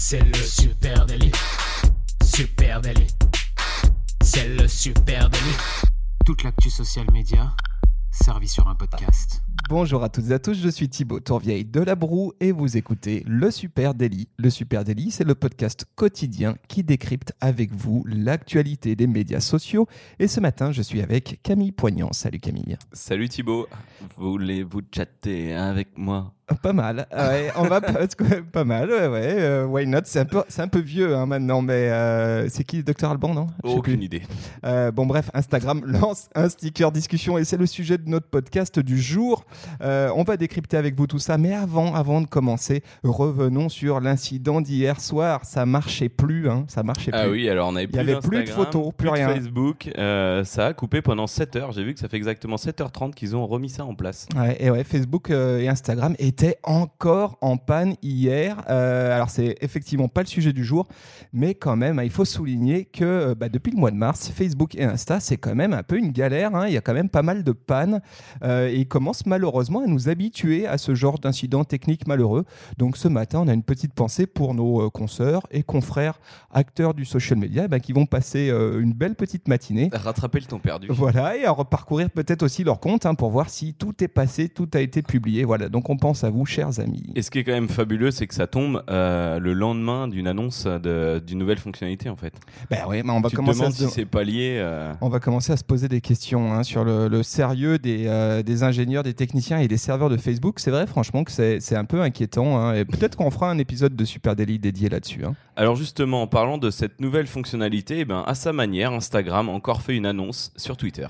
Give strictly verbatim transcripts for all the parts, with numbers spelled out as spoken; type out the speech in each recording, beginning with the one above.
C'est le Super Daily. Super Daily. C'est le Super Daily. Toute l'actu social média servie sur un podcast. Bonjour à toutes et à tous, je suis Thibaut Tourvieille de La Broue et vous écoutez le Super Daily. Le Super Daily, c'est le podcast quotidien qui décrypte avec vous l'actualité des médias sociaux. Et ce matin, je suis avec Camille Poignant. Salut Camille. Salut Thibaut, voulez-vous chatter avec moi ? Pas mal, ouais, on va pas, pas mal, ouais, ouais euh, why not, c'est un peu, c'est un peu vieux hein, maintenant, mais euh, c'est qui, docteur Alban, non ? Aucune idée. Euh, bon bref, Instagram lance un sticker discussion et c'est le sujet de notre podcast du jour. Euh, on va décrypter avec vous tout ça, mais avant, avant de commencer, revenons sur l'incident d'hier soir. Ça marchait plus, hein, ça marchait plus. Ah oui, alors on avait plus Il y avait plus de photos, plus, plus rien. De Facebook, euh, ça a coupé pendant sept heures. J'ai vu que ça fait exactement sept heures trente qu'ils ont remis ça en place. Ouais, et ouais, Facebook euh, et Instagram étaient encore en panne hier. Euh, alors c'est effectivement pas le sujet du jour, mais quand même, il faut souligner que bah, depuis le mois de mars, Facebook et Insta, c'est quand même un peu une galère. Hein. Il y a quand même pas mal de pannes euh, et ils commencent malheureusement à nous habituer à ce genre d'incidents techniques malheureux. Donc ce matin, on a une petite pensée pour nos euh, consoeurs et confrères acteurs du social media bah, qui vont passer euh, une belle petite matinée. Rattraper le temps perdu. Voilà, et à reparcourir peut-être aussi leur compte hein, pour voir si tout est passé, tout a été publié. Voilà, donc on pense à vous, chers amis. Et ce qui est quand même fabuleux, c'est que ça tombe euh, le lendemain d'une annonce de, d'une nouvelle fonctionnalité en fait. Ben oui, mais on va tu commencer te demandes à se... si c'est pas lié. Euh... On va commencer à se poser des questions hein, sur le, le sérieux des, euh, des ingénieurs, des techniciens et des serveurs de Facebook. C'est vrai, franchement, que c'est, c'est un peu inquiétant. Hein, et peut-être qu'on fera un épisode de Super Daily dédié là-dessus. Hein. Alors justement, en parlant de cette nouvelle fonctionnalité, eh ben, à sa manière, Instagram a encore fait une annonce sur Twitter.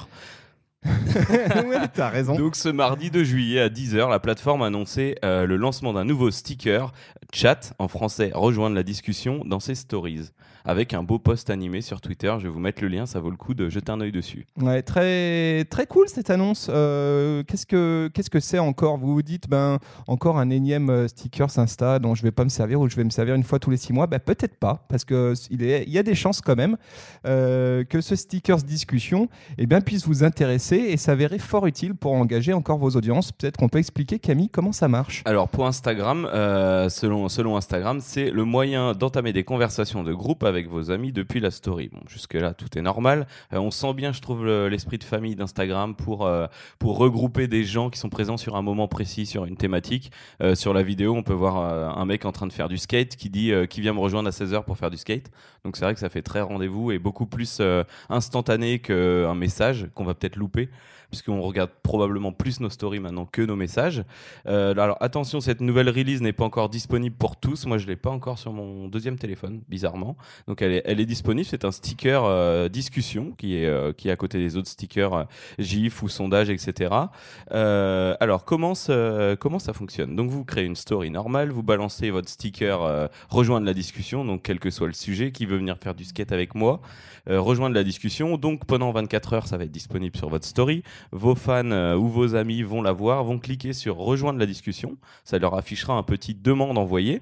Ouais, t'as raison. Donc ce mardi deux juillet à dix heures, la plateforme a annoncé euh, le lancement d'un nouveau sticker, chat, en français, rejoindre la discussion dans ses stories, avec un beau post animé sur Twitter. Je vais vous mettre le lien, ça vaut le coup de jeter un œil dessus. Ouais, très, très cool cette annonce. Euh, qu'est-ce que, qu'est-ce que c'est encore ? Vous vous dites, ben, encore un énième sticker Insta dont je vais pas me servir ou je vais me servir une fois tous les six mois ? Ben, peut-être pas, parce qu'il il y a des chances quand même euh, que ce sticker discussion eh bien, puisse vous intéresser et s'avérer fort utile pour engager encore vos audiences. Peut-être qu'on peut expliquer, Camille, comment ça marche. Alors pour Instagram, euh, selon, selon Instagram, c'est le moyen d'entamer des conversations de groupe avec vos amis depuis la story. Bon, jusque-là, tout est normal. Euh, on sent bien, je trouve, le, l'esprit de famille d'Instagram pour, euh, pour regrouper des gens qui sont présents sur un moment précis, sur une thématique. Euh, sur la vidéo, on peut voir euh, un mec en train de faire du skate qui dit euh, qui vient me rejoindre à seize heures pour faire du skate. Donc c'est vrai que ça fait très rendez-vous et beaucoup plus euh, instantané qu'un message qu'on va peut-être louper, puisqu'on regarde probablement plus nos stories maintenant que nos messages. Euh, alors attention, cette nouvelle release n'est pas encore disponible pour tous. Moi, je ne l'ai pas encore sur mon deuxième téléphone, bizarrement. Donc elle est, elle est disponible. C'est un sticker euh, discussion qui est, euh, qui est à côté des autres stickers euh, GIF ou sondage, et cetera. Euh, alors comment, ce, comment ça fonctionne ? Donc vous créez une story normale, vous balancez votre sticker euh, rejoindre la discussion, donc quel que soit le sujet, qui veut venir faire du skate avec moi, euh, rejoindre la discussion. Donc pendant vingt-quatre heures, ça va être disponible sur votre story. Vos fans euh, ou vos amis vont la voir, vont cliquer sur rejoindre la discussion. Ça leur affichera un petit demande envoyée.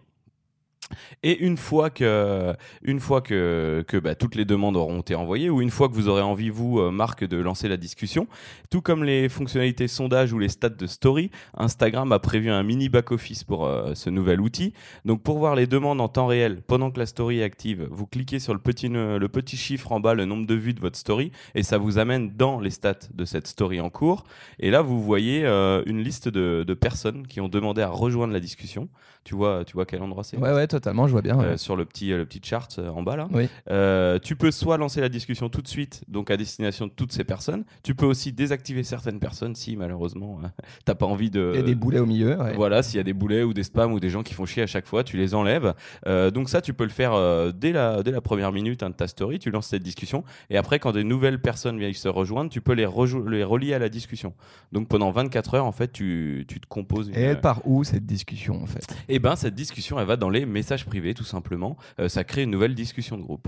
Et une fois que, une fois que, que bah, toutes les demandes auront été envoyées, ou une fois que vous aurez envie, vous, euh, Marc, de lancer la discussion, tout comme les fonctionnalités sondage ou les stats de story, Instagram a prévu un mini back-office pour euh, ce nouvel outil. Donc pour voir les demandes en temps réel, pendant que la story est active, vous cliquez sur le petit, le petit chiffre en bas, le nombre de vues de votre story, et ça vous amène dans les stats de cette story en cours. Et là, vous voyez euh, une liste de, de personnes qui ont demandé à rejoindre la discussion. Tu vois, tu vois quel endroit c'est ? Ouais, ouais, totalement, je vois bien. Ouais. Euh, sur le petit, le petit chart euh, en bas là. Oui. Euh, tu peux soit lancer la discussion tout de suite, donc à destination de toutes ces personnes. Tu peux aussi désactiver certaines personnes si malheureusement euh, t'as pas envie de. Il y a des boulets au milieu. Ouais. Voilà, s'il y a des boulets ou des spams ou des gens qui font chier à chaque fois, tu les enlèves. Euh, donc ça, tu peux le faire euh, dès la dès la première minute hein, de ta story. Tu lances cette discussion et après, quand des nouvelles personnes viennent se rejoindre, tu peux les, rejou- les relier à la discussion. Donc pendant vingt-quatre heures, en fait, tu tu te composes. Une... Et elle part où cette discussion en fait ? Eh ben, cette discussion, elle va dans les messages privés, tout simplement. Euh, ça crée une nouvelle discussion de groupe.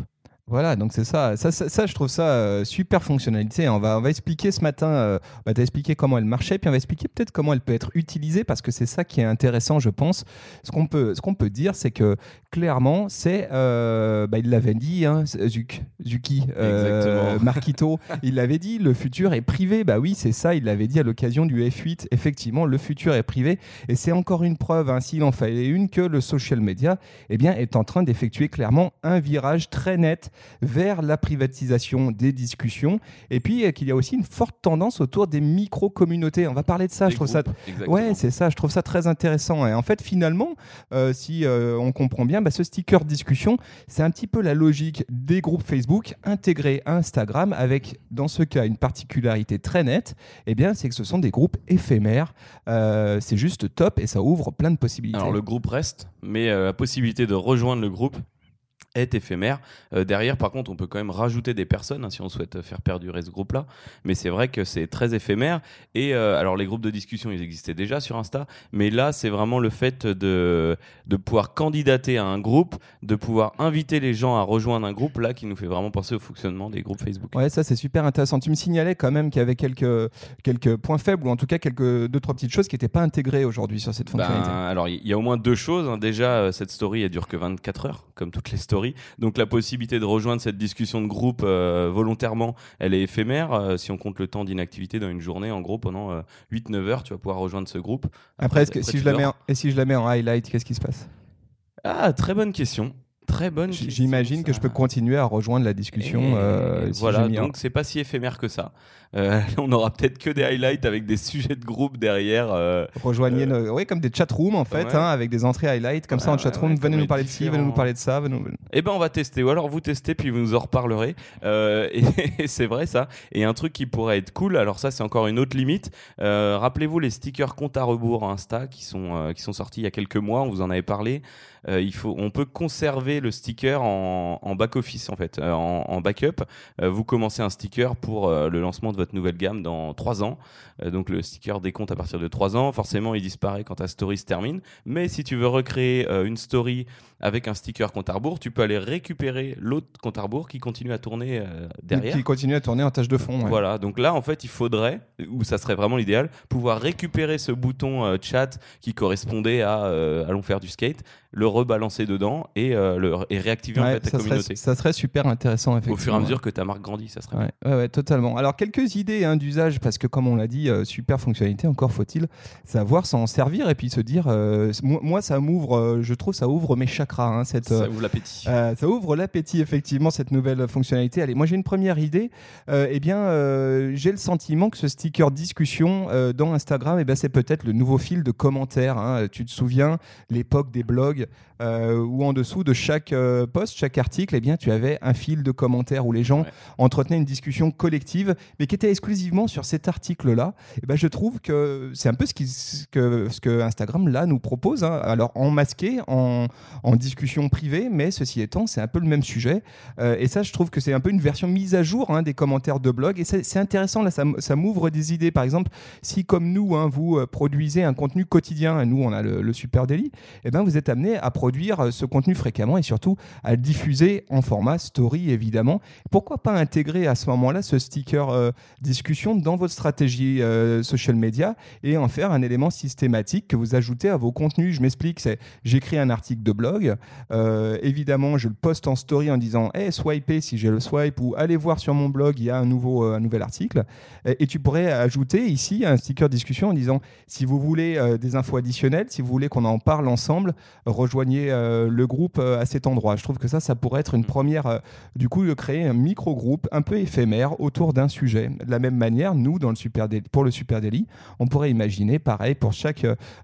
Voilà, donc c'est ça. Ça, ça, ça, je trouve ça euh, super fonctionnalité. On va, on va expliquer ce matin, euh, on va t'expliquer comment elle marchait, puis on va expliquer peut-être comment elle peut être utilisée, parce que c'est ça qui est intéressant, je pense. Ce qu'on peut, ce qu'on peut dire, c'est que clairement, c'est, euh, bah, il l'avait dit, hein, Zuc, Zuki, euh, Marquito, il l'avait dit, le futur est privé. Bah oui, c'est ça, il l'avait dit à l'occasion du F huit. Effectivement, le futur est privé, et c'est encore une preuve, hein, s'il en fallait une, que le social media, eh bien, est en train d'effectuer clairement un virage très net vers la privatisation des discussions, et puis euh, qu'il y a aussi une forte tendance autour des micro-communautés. On va parler de ça, Des je trouve groupes, ça... exactement. Ouais, c'est ça, je trouve ça très intéressant. Et en fait, finalement, euh, si euh, on comprend bien, bah, ce sticker discussion, c'est un petit peu la logique des groupes Facebook intégrés à Instagram, avec, dans ce cas, une particularité très nette, eh bien, c'est que ce sont des groupes éphémères. Euh, c'est juste top, et ça ouvre plein de possibilités. Alors le groupe reste, mais euh, la possibilité de rejoindre le groupe est éphémère. Euh, derrière, par contre, on peut quand même rajouter des personnes hein, si on souhaite faire perdurer ce groupe-là. Mais c'est vrai que c'est très éphémère. Et euh, alors, les groupes de discussion, ils existaient déjà sur Insta. Mais là, c'est vraiment le fait de, de pouvoir candidater à un groupe, de pouvoir inviter les gens à rejoindre un groupe, là, qui nous fait vraiment penser au fonctionnement des groupes Facebook. Ouais, ça, c'est super intéressant. Tu me signalais quand même qu'il y avait quelques, quelques points faibles, ou en tout cas quelques, deux, trois petites choses qui n'étaient pas intégrées aujourd'hui sur cette fonctionnalité. Ben, alors, il y a au moins deux choses. Hein. Déjà, cette story, elle dure que vingt-quatre heures, comme toutes les stories. Donc la possibilité de rejoindre cette discussion de groupe euh, volontairement, elle est éphémère. Euh, si on compte le temps d'inactivité dans une journée, en gros, pendant euh, huit neuf heures, tu vas pouvoir rejoindre ce groupe. Après, après, est-ce que, après si tu je la dors. mets en, et si je la mets en highlight, qu'est-ce qui se passe ? Ah, très bonne question. Très bonne J- question. J'imagine que ça. je peux continuer à rejoindre la discussion. Et euh, si voilà, j'ai mis en- donc c'est pas si éphémère que ça. Euh, on aura peut-être que des highlights avec des sujets de groupe derrière. Euh, Rejoignez, euh, nos... oui, comme des chatrooms en fait, ouais. hein, avec des entrées highlights, comme Ouais, ça en ouais, chatroom, ouais, venez comme nous parler de ci, venez nous différents- parler de ça. Venez nous... Eh ben on va tester, ou alors vous testez puis vous nous en reparlerez. Euh, et c'est vrai ça. Et un truc qui pourrait être cool, alors ça c'est encore une autre limite. Euh, rappelez-vous les stickers compte à rebours Insta qui sont euh, qui sont sortis il y a quelques mois. On vous en avait parlé. Euh, il faut, on peut conserver le sticker en, en back office en fait, euh, en, en backup. Euh, vous commencez un sticker pour euh, le lancement de votre nouvelle gamme dans trois ans. Euh, donc le sticker décompte à partir de trois ans. Forcément, il disparaît quand ta story se termine. Mais si tu veux recréer euh, une story avec un sticker compte à rebours, tu peux aller récupérer l'autre compte à rebours qui continue à tourner euh, derrière. Qui continue à tourner en tâche de fond. Ouais. Voilà, donc là en fait il faudrait, ou ça serait vraiment l'idéal, pouvoir récupérer ce bouton euh, chat qui correspondait à euh, allons faire du skate, le rebalancer dedans et, euh, le, et réactiver Ouais, en fait ta ça, serait, communauté. ça serait super intéressant effectivement. Au fur et à mesure que ta marque grandit, ça serait Ouais, ouais, ouais, totalement. Alors, quelques idées hein, d'usage, parce que comme on l'a dit, euh, super fonctionnalité, encore faut-il savoir s'en servir et puis se dire, euh, moi, moi, ça m'ouvre, euh, je trouve, ça ouvre mes chakras. Hein, cette, ça euh, ouvre l'appétit. euh, ça ouvre l'appétit, effectivement, cette nouvelle fonctionnalité. Allez, moi, j'ai une première idée. Euh, eh bien, euh, j'ai le sentiment que ce sticker discussion euh, dans Instagram, eh ben, c'est peut-être le nouveau fil de commentaires. Hein. Tu te souviens, l'époque des blogs, euh, où en dessous de chaque euh, post, chaque article, eh bien, tu avais un fil de commentaires où les gens Ouais. entretenaient une discussion collective, mais qui était exclusivement sur cet article-là. Eh ben, je trouve que c'est un peu ce, qui, ce, que, ce que Instagram, là, nous propose. Hein. Alors, en masqué, en, en discussion privée, mais ceci étant, c'est un peu le même sujet. Euh, et ça, je trouve que c'est un peu une version mise à jour hein, des commentaires de blog. Et c'est, c'est intéressant, là, ça, ça m'ouvre des idées. Par exemple, si comme nous, hein, vous euh, produisez un contenu quotidien, et nous, on a le, le Super Daily, eh ben, vous êtes amené à produire euh, ce contenu fréquemment et surtout à le diffuser en format story, évidemment. Pourquoi pas intégrer à ce moment-là ce sticker euh, discussion dans votre stratégie euh, social media et en faire un élément systématique que vous ajoutez à vos contenus. Je m'explique, c'est j'écris un article de blog, euh, évidemment je le poste en story en disant hey, swipez si j'ai le swipe ou allez voir sur mon blog, il y a un, nouveau, euh, un nouvel article. Et, et tu pourrais ajouter ici un sticker discussion en disant si vous voulez euh, des infos additionnelles, si vous voulez qu'on en parle ensemble, rejoignez euh, le groupe euh, à cet endroit. Je trouve que ça, ça pourrait être une première, euh, du coup, de créer un micro-groupe un peu éphémère autour d'un sujet. De la même manière, nous, dans le Super Daily, pour le Super Daily, on pourrait imaginer, pareil, pour chaque,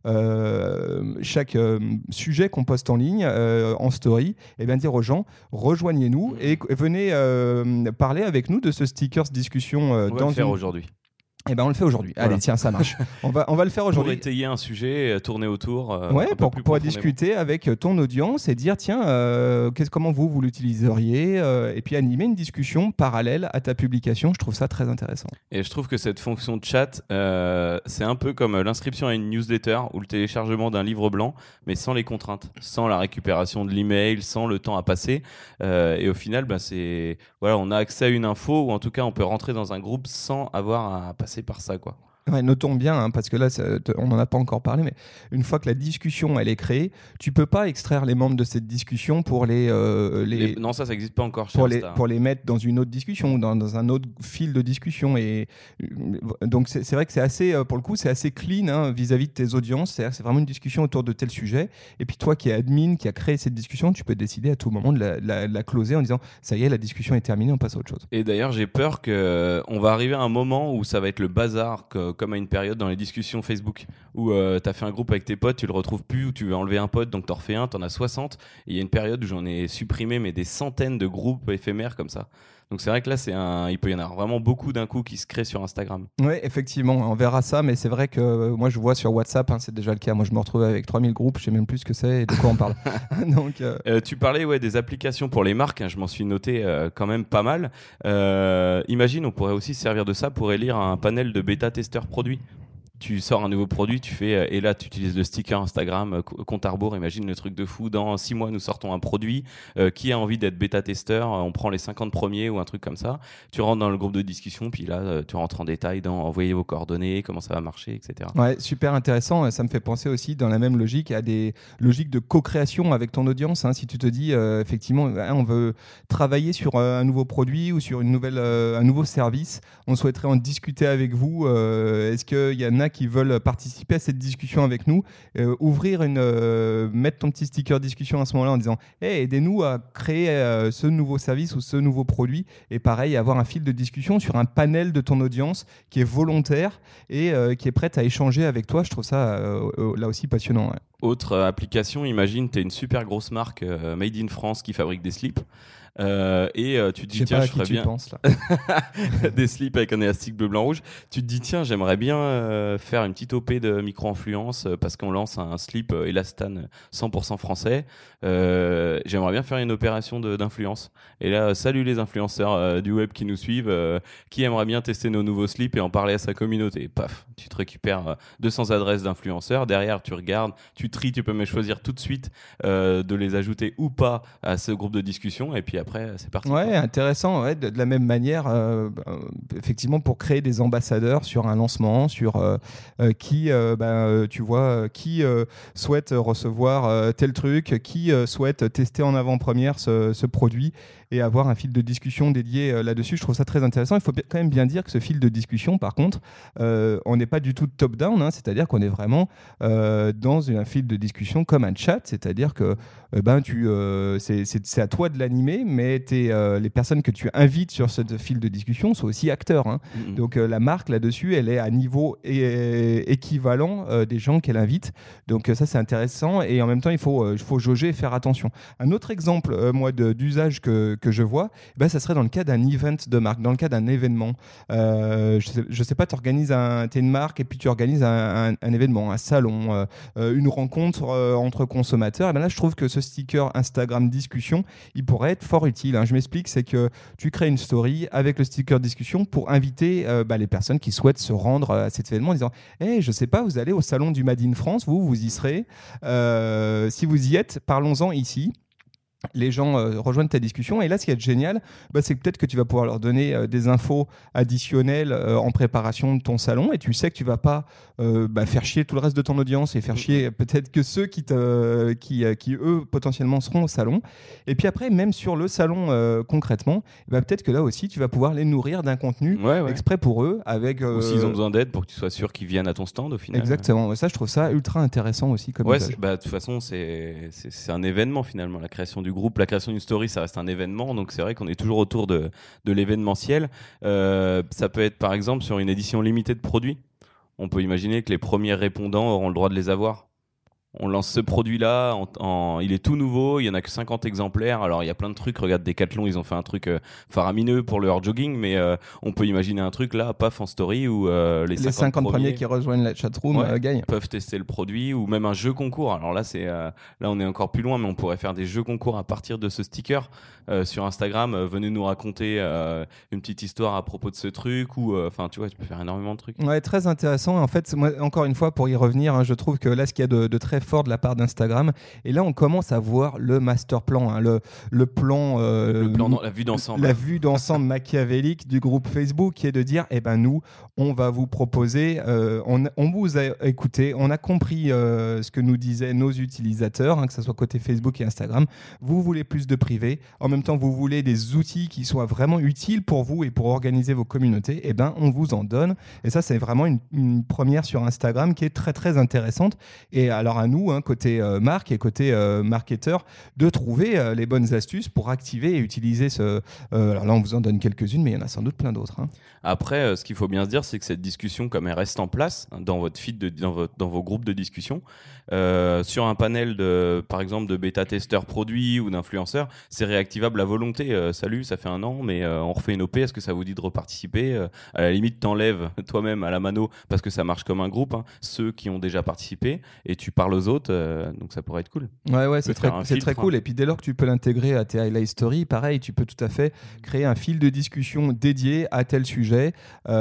euh, chaque euh, sujet qu'on poste en ligne, euh, en story, et bien dire aux gens, rejoignez-nous et, et venez euh, parler avec nous de ce stickers discussion euh, On va dans le faire une... aujourd'hui. Eh ben on le fait aujourd'hui. Voilà. Allez, tiens, ça marche. On va, on va le faire Pour aujourd'hui. étayer un sujet, euh, tourner autour. euh, Ouais, un peu pour, plus pour profondément. discuter avec ton audience et dire tiens, euh, qu'est-ce- comment vous, vous l'utiliseriez euh, et puis animer une discussion parallèle à ta publication. Je trouve ça très intéressant. Et je trouve que cette fonction de chat, euh, c'est un peu comme l'inscription à une newsletter ou le téléchargement d'un livre blanc, mais sans les contraintes, sans la récupération de l'email, sans le temps à passer. Euh, et au final, bah, c'est, voilà, on a accès à une info ou en tout cas, on peut rentrer dans un groupe sans avoir à passer par ça, quoi. Ouais, notons bien, hein, parce que là, ça, te- on n'en a pas encore parlé, mais une fois que la discussion elle est créée, tu peux pas extraire les membres de cette discussion pour les, euh, les, Les- Non, ça, ça n'existe pas encore chez pour les, Insta. pour les mettre dans une autre discussion ou dans, dans un autre fil de discussion. Et euh, donc c'est c'est vrai que c'est assez, euh, pour le coup, c'est assez clean hein, vis-à-vis de tes audiences. C'est-à-dire que c'est vraiment une discussion autour de tel sujet. Et puis toi qui es admin, qui a créé cette discussion, tu peux décider à tout moment de la, la, la closer en disant ça y est, la discussion est terminée, on passe à autre chose. Et d'ailleurs, j'ai peur que euh, on va arriver à un moment où ça va être le bazar, que- comme à une période dans les discussions Facebook, où euh, t'as fait un groupe avec tes potes, tu le retrouves plus, ou tu veux enlever un pote, donc t'en refais un, t'en as soixante. Et il y a une période où j'en ai supprimé mais des centaines de groupes éphémères comme ça. Donc c'est vrai que là, c'est un, il peut y en avoir vraiment beaucoup d'un coup qui se créent sur Instagram. Oui, effectivement, on verra ça, mais c'est vrai que euh, moi je vois sur WhatsApp, hein, c'est déjà le cas. Moi je me retrouve avec trois mille groupes, je sais même plus ce que c'est et de quoi on parle. Donc, euh, Euh, tu parlais ouais, des applications pour les marques, hein, je m'en suis noté euh, quand même pas mal. Euh, imagine, on pourrait aussi se servir de ça pour élire un panel de bêta-testeurs produits. Tu sors un nouveau produit, tu fais euh, et là tu utilises le sticker Instagram euh, co- compte à rebours. Imagine le truc de fou. Dans six mois, nous sortons un produit. Euh, qui a envie d'être bêta-testeur? Euh, On prend les cinquante premiers ou un truc comme ça. Tu rentres dans le groupe de discussion, puis là euh, tu rentres en détail dans envoyer vos coordonnées, comment ça va marcher, et cetera. ouais, super intéressant. Ça me fait penser aussi dans la même logique à des logiques de co-création avec ton audience. Hein. Si tu te dis euh, effectivement, hein, on veut travailler sur euh, un nouveau produit ou sur une nouvelle, euh, un nouveau service, on souhaiterait en discuter avec vous. Euh, est-ce qu'il y en a qui veulent participer à cette discussion avec nous, euh, ouvrir une, euh, mettre ton petit sticker discussion à ce moment-là en disant hey, aidez-nous à créer euh, ce nouveau service ou ce nouveau produit, et pareil avoir un fil de discussion sur un panel de ton audience qui est volontaire et euh, qui est prête à échanger avec toi. Je trouve ça euh, euh, là aussi passionnant. Ouais. Autre euh, application, imagine tu es une super grosse marque euh, made in France qui fabrique des slips. Euh, et euh, tu te Je dis sais tiens pas à je qui ferais tu bien penses là. des slips avec un élastique bleu blanc rouge. Tu te dis tiens j'aimerais bien euh, faire une petite O P de micro-influence euh, parce qu'on lance un slip euh, Elastane cent pour cent français. Euh, j'aimerais bien faire une opération de- d'influence. Et là euh, salut les influenceurs euh, du web qui nous suivent, euh, qui aimerait bien tester nos nouveaux slips et en parler à sa communauté. Paf, tu te récupères euh, deux cents adresses d'influenceurs. Derrière tu regardes, tu tries, tu peux même choisir tout de suite euh, de les ajouter ou pas à ce groupe de discussion et puis après c'est parti. Ouais, intéressant. Ouais, de, de la même manière, euh, euh, effectivement, pour créer des ambassadeurs sur un lancement, sur euh, euh, qui, euh, bah, euh, tu vois, euh, qui euh, souhaite recevoir euh, tel truc, qui euh, souhaite tester en avant-première ce, ce produit et avoir un fil de discussion dédié euh, là-dessus. Je trouve ça très intéressant. Il faut bien- quand même bien dire que ce fil de discussion, par contre, euh, on n'est pas du tout top-down, hein, c'est-à-dire qu'on est vraiment euh, dans un fil de discussion comme un chat, c'est-à-dire que euh, ben, tu, euh, c'est, c'est- c'est à toi de l'animer, mais t'es, euh, les personnes que tu invites sur ce fil de discussion sont aussi acteurs. Hein. Mhm. Donc euh, la marque là-dessus, elle est à niveau é- équivalent euh, des gens qu'elle invite. Donc euh, ça, c'est intéressant. Et en même temps, il faut, euh, il faut jauger et faire attention. Un autre exemple, euh, moi, de- d'usage que, que je vois, eh ben, ça serait dans le cas d'un event de marque, dans le cas d'un événement. Euh, je sais, je sais pas, tu organises un, t'es une marque et puis tu organises un, un- un événement, un salon, euh, euh, une rencontre euh, entre consommateurs. Et ben là, je trouve que ce sticker Instagram discussion, il pourrait être fort utile. Hein. Je m'explique, c'est que tu crées une story avec le sticker discussion pour inviter euh, bah, les personnes qui souhaitent se rendre à cet événement en disant hey, je sais pas, vous allez au salon du Made in France, vous, vous y serez. Euh, si vous y êtes, parlons-en ici. Les gens euh, rejoignent ta discussion et là ce qui est génial bah, c'est que peut-être que tu vas pouvoir leur donner euh, des infos additionnelles euh, en préparation de ton salon et tu sais que tu vas pas euh, bah, faire chier tout le reste de ton audience et faire chier peut-être que ceux qui, te, qui, euh, qui eux potentiellement seront au salon et puis après même sur le salon euh, concrètement bah, peut-être que là aussi tu vas pouvoir les nourrir d'un contenu Ouais, ouais. exprès pour eux avec euh, Ou s'ils ont besoin d'aide pour que tu sois sûr qu'ils viennent à ton stand au final. exactement, ça je trouve ça ultra intéressant aussi comme Ouais, usage. c'est- bah, de toute façon, c'est, c'est, c'est un événement finalement. La création du groupe, la création d'une story, ça reste un événement. Donc c'est vrai qu'on est toujours autour de, de l'événementiel. Euh, ça peut être par exemple sur une édition limitée de produits. On peut imaginer que les premiers répondants auront le droit de les avoir. on lance ce produit-là, en, en, il est tout nouveau, il y en a que cinquante exemplaires. Alors il y a plein de trucs. Regarde Decathlon, ils ont fait un truc euh, faramineux pour leur jogging, mais euh, on peut imaginer un truc là, paf en story où euh, les, les cinquante premiers, premiers qui rejoignent la chatroom ouais, euh, gagnent. Peuvent tester le produit ou même un jeu concours. Alors là, c'est euh, là on est encore plus loin, mais on pourrait faire des jeux concours à partir de ce sticker euh, sur Instagram. Euh, venez nous raconter euh, une petite histoire à propos de ce truc ou enfin euh, tu vois, tu peux faire énormément de trucs. Ouais, très intéressant. En fait, moi, encore une fois, pour y revenir, hein, je trouve que là, ce qu'il y a de, de très fort de la part d'Instagram, et là, on commence à voir le master plan, hein, le, le plan, euh, le plan dans, la vue d'ensemble, la vue d'ensemble machiavélique du groupe Facebook, qui est de dire, eh ben nous, on va vous proposer, euh, on, on vous a écouté, on a compris euh, ce que nous disaient nos utilisateurs, hein, que ce soit côté Facebook et Instagram. Vous voulez plus de privé, en même temps, vous voulez des outils qui soient vraiment utiles pour vous et pour organiser vos communautés. Eh ben, on vous en donne. Et ça, c'est vraiment une, une première sur Instagram qui est très très intéressante. Et alors à nous, hein, côté euh, marque et côté euh, marketeur, de trouver euh, les bonnes astuces pour activer et utiliser ce. Euh, alors là, on vous en donne quelques-unes, mais il y en a sans doute plein d'autres. Hein. Après, euh, ce qu'il faut bien se dire, c'est que cette discussion, comme elle reste en place hein, dans votre feed, de, dans, votre, dans vos groupes de discussion, euh, sur un panel de, par exemple, de bêta-testeurs produits ou d'influenceurs, c'est réactivable à volonté. Euh, salut, ça fait un an, mais euh, on refait une O P. Est-ce que ça vous dit de reparticiper euh, À la limite, t'enlèves toi-même à la mano parce que ça marche comme un groupe, hein, ceux qui ont déjà participé, et tu parles aux autres. Euh, donc ça pourrait être cool. Ouais, ouais, c'est très, c'est très cool. Et puis dès lors que tu peux l'intégrer à tes highlight stories, pareil, tu peux tout à fait créer un fil de discussion dédié à tel sujet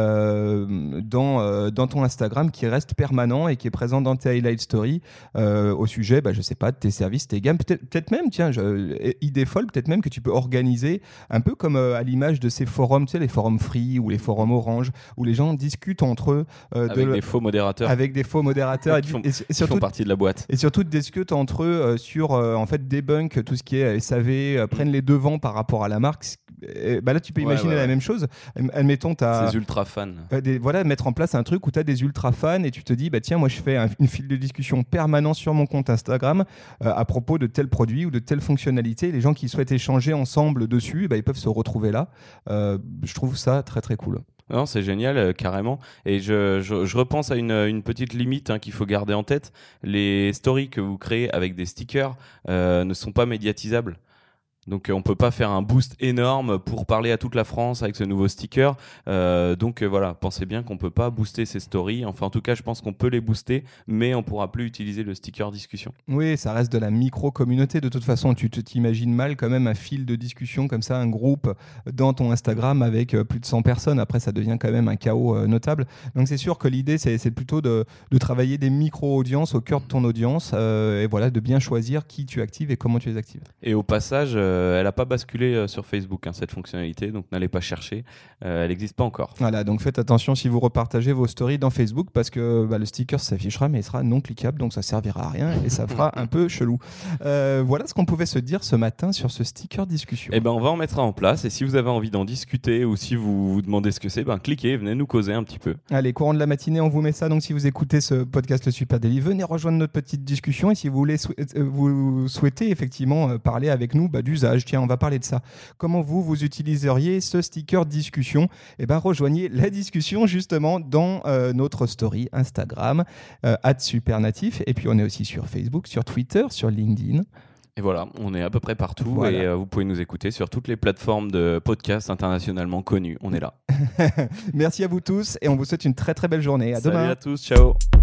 euh, dans, euh, dans ton Instagram qui reste permanent et qui est présent dans tes highlight stories euh, au sujet, bah, je sais pas, de tes services, tes gammes. Peut-être, peut-être même, tiens, je, idée folle, peut-être même que tu peux organiser un peu comme euh, à l'image de ces forums, tu sais, les forums Free ou les forums Orange, où les gens discutent entre eux. Euh, avec de des faux modérateurs. Avec des faux modérateurs. qui, font, et, et surtout, qui font partie de la boîte. Et surtout discutent entre eux euh, sur, euh, en fait, debunk tout ce qui est S A V, euh, prennent les devants par rapport à la marque. Et, bah là, tu peux ouais, imaginer ouais, la ouais. même chose. Admettons, tu as... Ces ultra fans. Euh, des, voilà, mettre en place un truc où tu as des ultra fans et tu te dis, bah, tiens, moi, je fais un, une file de discussion permanent sur mon compte Instagram euh, à propos de tel produit ou de telle fonctionnalité. Les gens qui souhaitent échanger ensemble dessus, bah, ils peuvent se retrouver là. Euh, je trouve ça très, très cool. Non, c'est génial, euh, carrément. Et je, je, je repense à une, une petite limite hein, qu'il faut garder en tête. Les stories que vous créez avec des stickers euh, ne sont pas médiatisables. Donc euh, on peut pas faire un boost énorme pour parler à toute la France avec ce nouveau sticker. Euh, donc euh, voilà, pensez bien qu'on peut pas booster ces stories. Enfin en tout cas, je pense qu'on peut les booster, mais on pourra plus utiliser le sticker discussion. Oui, ça reste de la micro-communauté. De toute façon, tu te, t'imagines mal quand même un fil de discussion comme ça, un groupe dans ton Instagram avec euh, plus de cent personnes. Après, ça devient quand même un chaos euh, notable. Donc c'est sûr que l'idée, c'est, c'est plutôt de, de travailler des micro-audiences au cœur de ton audience euh, et voilà, de bien choisir qui tu actives et comment tu les actives. Et au passage, euh, elle n'a pas basculé euh, sur Facebook, hein, cette fonctionnalité, donc n'allez pas chercher, euh, elle n'existe pas encore. Voilà, donc faites attention si vous repartagez vos stories dans Facebook parce que bah, le sticker s'affichera mais il sera non cliquable, donc ça servira à rien et ça fera un peu chelou. Euh, voilà ce qu'on pouvait se dire ce matin sur ce sticker discussion. Eh ben, on va en mettre un en place et si vous avez envie d'en discuter ou si vous vous demandez ce que c'est, ben, cliquez, venez nous causer un petit peu. Allez, courant de la matinée, on vous met ça, donc si vous écoutez ce podcast Le Super Daily, venez rejoindre notre petite discussion et si vous, voulez sou- euh, vous souhaitez effectivement euh, parler avec nous bah, d'usage, tiens, on va parler de ça. Comment vous, vous utiliseriez ce sticker discussion ? Eh ben, rejoignez la discussion justement dans euh, notre story Instagram, euh, arobase supernatif. Et puis, on est aussi sur Facebook, sur Twitter, sur LinkedIn. Et voilà, on est à peu près partout Voilà. et euh, vous pouvez nous écouter sur toutes les plateformes de podcasts internationalement connues. On est là. Merci à vous tous et on vous souhaite une très très belle journée. À Salut demain. à tous, ciao.